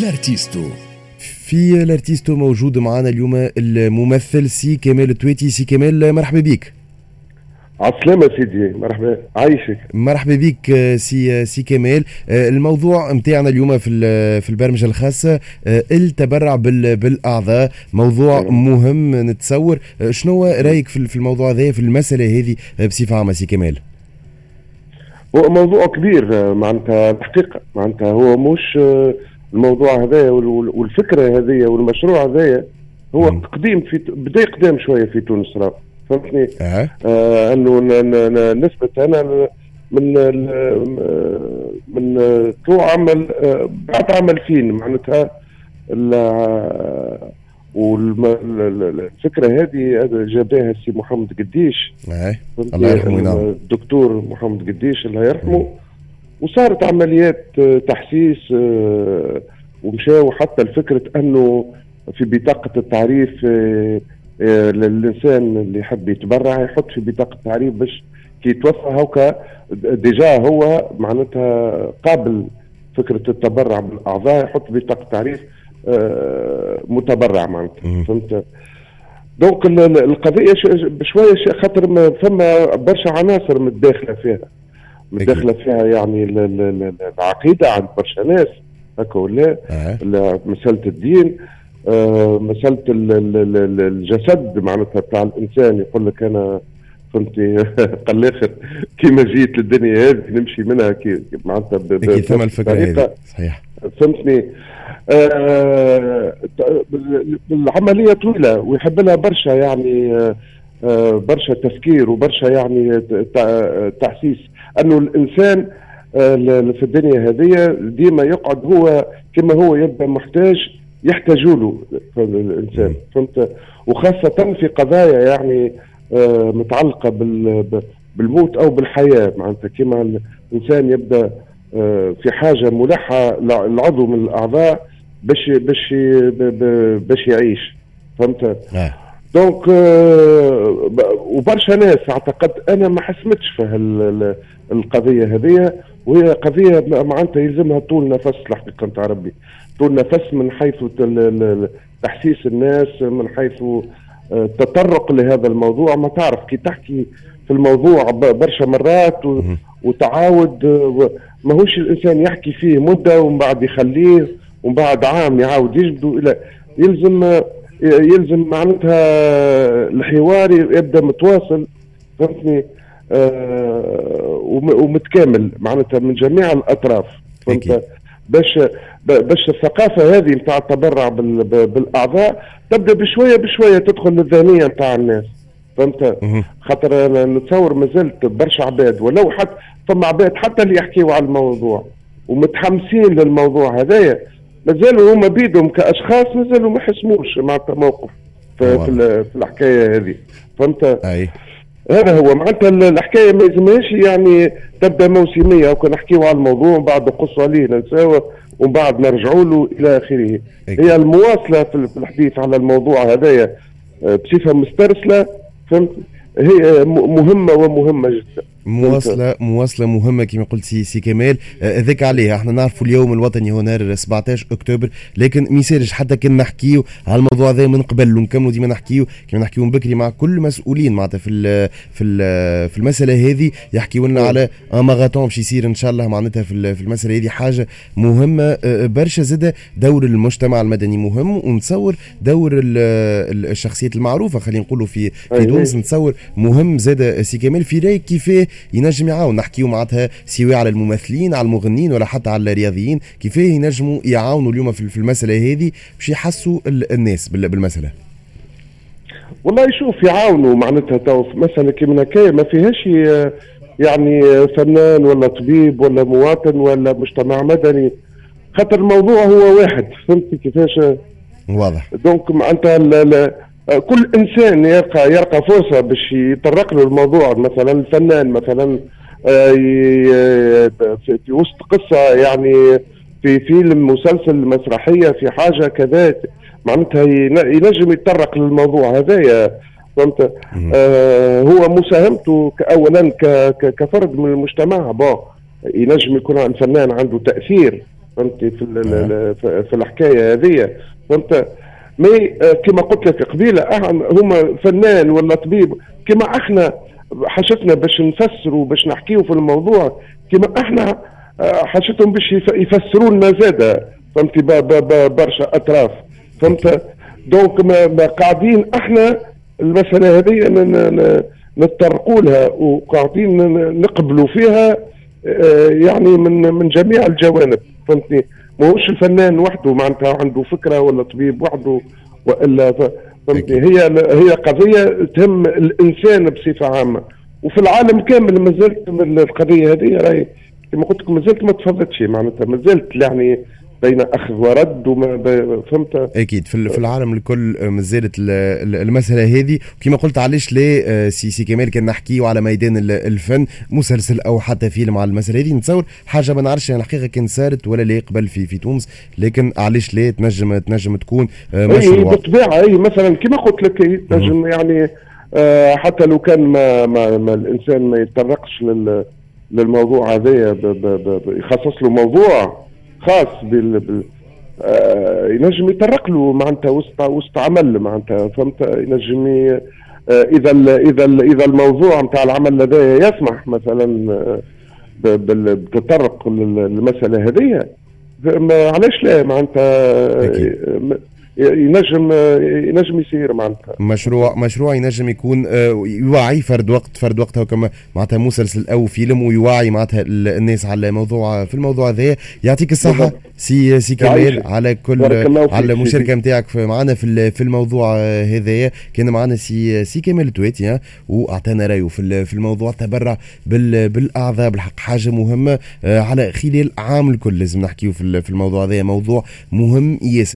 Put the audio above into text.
الارتيستو. في الارتيستو موجود معنا اليوم الممثل سي كمال التويتي. سي كمال مرحبا بك. عالسلامة سيدي، مرحبا، عايشك. مرحبا بك سي كمال. الموضوع متاعنا اليوم في البرمجة الخاصة التبرع بالأعضاء، موضوع مهم نتصور. شنو رأيك في الموضوع هذا، في المسألة هذه بصفة عامة سي كمال؟ هو موضوع كبير معناتها الحقيقة، معناتها هو مش الموضوع هذايا والفكرة هذيا والمشروع هذايا هو قديم، بدا قدام شوية في تونس، راه فهمتني؟ انه نثبت انا من طلوع عمل بعد عمل فين معناتها والفكره هذه جابها السي محمد قديش، الله يرحمه، الدكتور محمد قديش الله يرحمه. وصارت عمليات تحسيس ومشاو حتى الفكره انه في بطاقه التعريف للإنسان اللي يحب يتبرع يحط في بطاقة تعريف باش كي يتوفى هوكا ديجا هو معناتها قابل فكرة التبرع بالأعضاء، يحط بطاقة تعريف متبرع معناتها، فهمت؟ دونك القضية بشوية خاطر فما برشا عناصر متداخلة فيها يعني العقيدة عند برشا ناس هكا ولا مسألة الدين، مسألة الجسد معناتها بتاع الإنسان. يقول لك أنا فهمتي قال آخر كيما جيت للدنيا هذه نمشي منها كي معناتها ثم الفكرة هذه صحيح، فهمتني؟ العملية طويلة ويحب لها برشا يعني برشا تفكير وبرشا يعني تحسيس أنه الإنسان في الدنيا هذه ديما يقعد هو كما هو يبقى محتاج يحتاجوا له الإنسان، فهمت؟ وخاصة في قضايا يعني متعلقة بالموت أو بالحياة، معناتها كما الإنسان يبدأ في حاجة ملحة العضو من الأعضاء باش يعيش، فهمت؟ دونك وبرشا ناس اعتقد أنا ما حسمتش في القضية هذه، وهي قضية معناتها يلزمها طول نفس الحقيقة نتاع ربي، طول نفس من حيث تحسيس الناس، من حيث التطرق لهذا الموضوع. ما تعرف كي تحكي في الموضوع برشا مرات وتعاود، ماهوش الإنسان يحكي فيه مدة ومن بعد يخليه ومن بعد عام يعاود يجبده، إلى يلزم معناتها الحوار يبدأ متواصل، فهمتني؟ ومتكامل معناتها من جميع الأطراف، فهمت؟ باش الثقافة هذه نتاع التبرع بالأعضاء تبدأ بشوية تدخل للذهنية نتاع الناس، فهمت؟ خاطر أنا نتصور مازلت برشا عباد، ولو حتى ثم عباد حتى اللي يحكيوا على الموضوع ومتحمسين للموضوع هذايا مازالوا هما بيدهم كأشخاص مازالوا ما حسموش معناتها موقف في الحكاية هذه، فهمت؟ هذا هو معناتها الحكايه ما يلزمهاش يعني تبدا موسميه وكان نحكيو على الموضوع ومن بعد نقصوا عليه ننساوه ومن بعد نرجعوا له الى اخره. هي المواصله في الحديث على الموضوع هذايا بصفه مسترسله، فهمت؟ هي مهمه جدا، مواصلة مهمة كما قلت سي كمال. ذاك عليها احنا نعرفوا اليوم الوطني هو نهار 17 اكتوبر، لكن ميسالش حتى كان نحكيو على الموضوع هذا من قبل ونكملوا ديما نحكيو كما نحكيو من بكري مع كل مسؤولين معناتها في المسألة هذه، يحكيوا لنا على ماغاتون باش يصير ان شاء الله معناتها في المسألة هذه، حاجة مهمة برشا. زاده دور المجتمع المدني مهم، ونتصور دور الشخصيات المعروفة خلينا نقولوا في تونس نتصور مهم زاده سي كمال. في رايك كيفاه ينجم يعاون نحكيو معناتها سواء على الممثلين على المغنين ولا حتى على الرياضيين، كيفاه ينجموا يعاونوا اليوم في المسألة هذه باش يحسوا الناس بالمسألة؟ والله شوف يعاونوا معناتها تو مسألة كيما هكايا ما فيهاش يعني فنان ولا طبيب ولا مواطن ولا مجتمع مدني، خاطر الموضوع هو واحد، فهمت كيفاش؟ واضح. دونك معناتها كل انسان يلقى فرصه باش يطرق له الموضوع، مثلا الفنان مثلا في وسط قصه يعني في فيلم مسلسل مسرحيه في حاجه كذا معناتها ينجم يتطرق للموضوع هذايا، فهمت؟ هو مساهمته اولا كفرد من المجتمع، ينجم يكون الفنان عنده تاثير فهمتي في الحكايه هذه. فهمت؟ مي كما قلت لك قبيله هما فنان ولا طبيب كما احنا حاجتنا باش نفسروا باش نحكيوا في الموضوع كما احنا حاجتهم باش يفسروا لنا زاده. فهمتي؟ برشا اطراف. فهمت؟ دونك ما قاعدين احنا المساله هذه نتطرقوا لها وقاعدين نقبلوا فيها يعني من جميع الجوانب. فهمتني؟ ماهوش الفنان وحده معناتها عنده فكره ولا طبيب وحده والا فهمتني؟ هي قضيه تهم الانسان بصفه عامه وفي العالم كامل. ما زالت القضيه هذه راهي كما قلت لكم ما زالت ما تفضتش معناتها ما زالت يعني بين اخذ ورد فهمت؟ اكيد في العالم الكل ما زالت المساله هذه. وكما قلت علاش لا سي كمال كان نحكيو على ميدان الفن مسلسل او حتى فيلم على المساله هذه. نتصور حاجه ما نعرفش يعني الحقيقه كان صارت ولا لا قبل في تونس لكن علاش لا تنجم تكون مشروع بالطبيعه. مثلا كما قلت لك تنجم يعني حتى لو كان ما الانسان ما يتطرقش للموضوع هذا يخصص له موضوع خاص ينجم يطرق له معناتها وسط عمل معناتها. فهمت؟ ينجم اذا الموضوع نتاع العمل لديه يسمح مثلا بالتطرق للمساله هذه علاش لا معناتها ينجم يصير معناتها مشروع ينجم يكون يوعي فرد وقت كما معناتها مسلسل او فيلم ويوعي معناتها الناس على موضوع في الموضوع هذا. يعطيك الصحه سي كمال على كل على المشاركه نتاعك معنا في الموضوع هذايا. كان معنا سي كمال التواتي واعطانا رايه في الموضوع. تبرع بالاعضاء بالحق حاجه مهمه على خلال عام الكل لازم نحكيو في الموضوع هذا موضوع مهم ياسر.